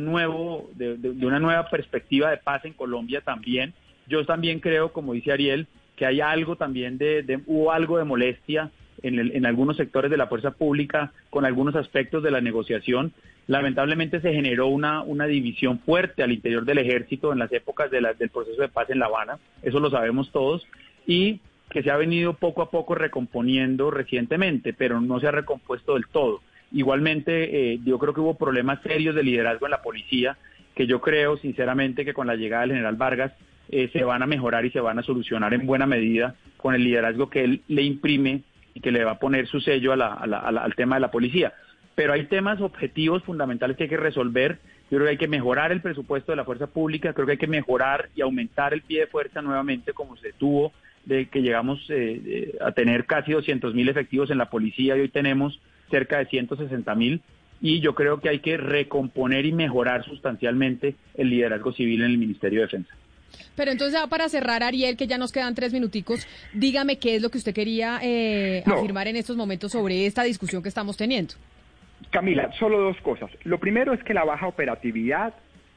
una nueva perspectiva de paz en Colombia también. Yo también creo, como dice Ariel, que hay algo también hubo algo de molestia en algunos sectores de la fuerza pública con algunos aspectos de la negociación. Lamentablemente se generó una división fuerte al interior del ejército en las épocas del proceso de paz en La Habana, eso lo sabemos todos, y que se ha venido poco a poco recomponiendo recientemente, pero no se ha recompuesto del todo. Igualmente, yo creo que hubo problemas serios de liderazgo en la policía, que yo creo sinceramente que con la llegada del general Vargas se van a mejorar y se van a solucionar en buena medida con el liderazgo que él le imprime y que le va a poner su sello al tema de la policía. Pero hay temas objetivos fundamentales que hay que resolver. Yo creo que hay que mejorar el presupuesto de la fuerza pública, creo que hay que mejorar y aumentar el pie de fuerza nuevamente como se tuvo, de que llegamos a tener casi 200.000 efectivos en la policía y hoy tenemos cerca de 160.000, y yo creo que hay que recomponer y mejorar sustancialmente el liderazgo civil en el Ministerio de Defensa. Pero entonces, para cerrar, Ariel, que ya nos quedan 3 minuticos, dígame qué es lo que usted quería afirmar en estos momentos sobre esta discusión que estamos teniendo. Camila, solo 2 cosas. Lo primero es que la baja operatividad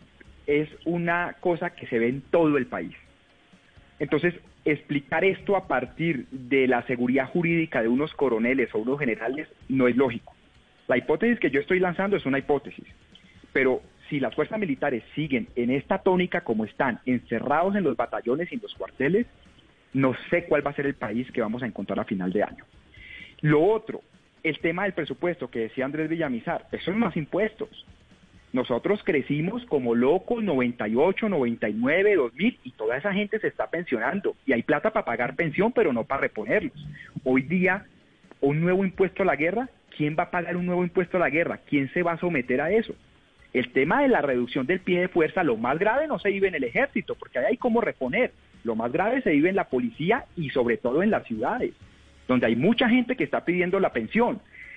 es una cosa que se ve en todo el país. Entonces, explicar esto a partir de la seguridad jurídica de unos coroneles o unos generales no es lógico. La hipótesis que yo estoy lanzando es una hipótesis, pero si las fuerzas militares siguen en esta tónica como están, encerrados en los batallones y en los cuarteles, no sé cuál va a ser el país que vamos a encontrar a final de año. Lo otro, el tema del presupuesto que decía Andrés Villamizar, eso son más impuestos. Nosotros crecimos como locos, 98, 99, 2000, y toda esa gente se está pensionando. Y hay plata para pagar pensión, pero no para reponerlos. Hoy día, un nuevo impuesto a la guerra, ¿quién va a pagar un nuevo impuesto a la guerra? ¿Quién se va a someter a eso? El tema de la reducción del pie de fuerza, lo más grave no se vive en el ejército, porque ahí hay cómo reponer. Lo más grave se vive en la policía y sobre todo en las ciudades, donde hay mucha gente que está pidiendo la pensión.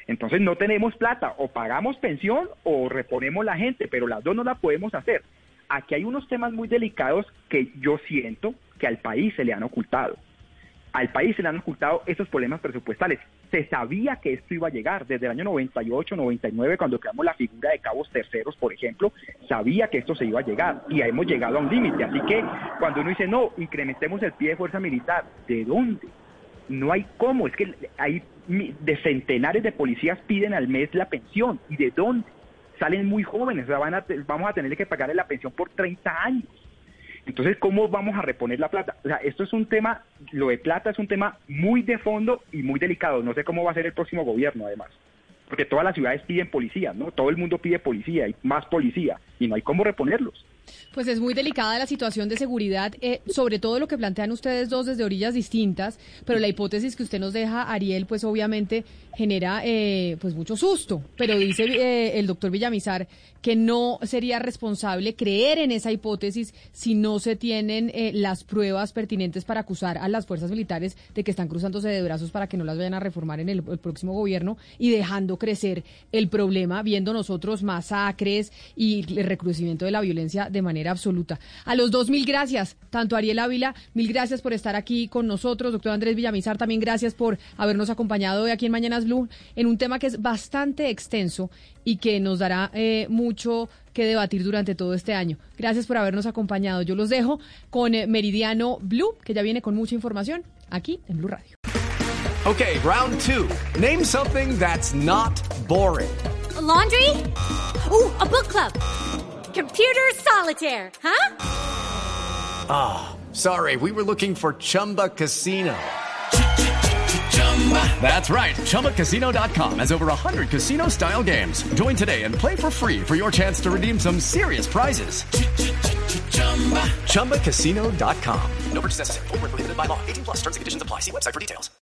Entonces no tenemos plata, o pagamos pensión o reponemos la gente, pero las dos no la podemos hacer. Aquí hay unos temas muy delicados que yo siento que al país se le han ocultado. Al país se le han ocultado esos problemas presupuestales. Se sabía que esto iba a llegar desde el año 98, 99, cuando creamos la figura de cabos terceros, por ejemplo, sabía que esto se iba a llegar y hemos llegado a un límite. Así que cuando uno dice, no, incrementemos el pie de fuerza militar, ¿de dónde? No hay cómo, es que hay de centenares de policías piden al mes la pensión. ¿Y de dónde? Salen muy jóvenes, o sea, vamos a tener que pagarle la pensión por 30 años. Entonces, ¿cómo vamos a reponer la plata? O sea, esto es un tema, lo de plata es un tema muy de fondo y muy delicado. No sé cómo va a ser el próximo gobierno, además. Porque todas las ciudades piden policía, ¿no? Todo el mundo pide policía y más policía, y no hay cómo reponerlos. Pues es muy delicada la situación de seguridad, sobre todo lo que plantean ustedes dos desde orillas distintas, pero la hipótesis que usted nos deja, Ariel, pues obviamente genera pues mucho susto. Pero dice el doctor Villamizar que no sería responsable creer en esa hipótesis si no se tienen las pruebas pertinentes para acusar a las fuerzas militares de que están cruzándose de brazos para que no las vayan a reformar en el próximo gobierno y dejando crecer el problema, viendo nosotros masacres y el recrudecimiento de la violencia de manera absoluta. A los dos, mil gracias, tanto Ariel Ávila, mil gracias por estar aquí con nosotros, doctor Andrés Villamizar, también gracias por habernos acompañado hoy aquí en Mañanas Blue en un tema que es bastante extenso y que nos dará mucho que debatir durante todo este año. Gracias por habernos acompañado. Yo los dejo con Meridiano Blue, que ya viene con mucha información aquí en Blue Radio. Okay, round two. Name something that's not boring. A laundry? Ooh, a book club. Computer solitaire, huh? Ah, sorry, we were looking for Chumba Casino. That's right, ChumbaCasino.com has over 100 casino-style games. Join today and play for free for your chance to redeem some serious prizes. ChumbaCasino.com. No purchase necessary. Void where prohibited by law. 18+ terms and conditions apply. See website for details.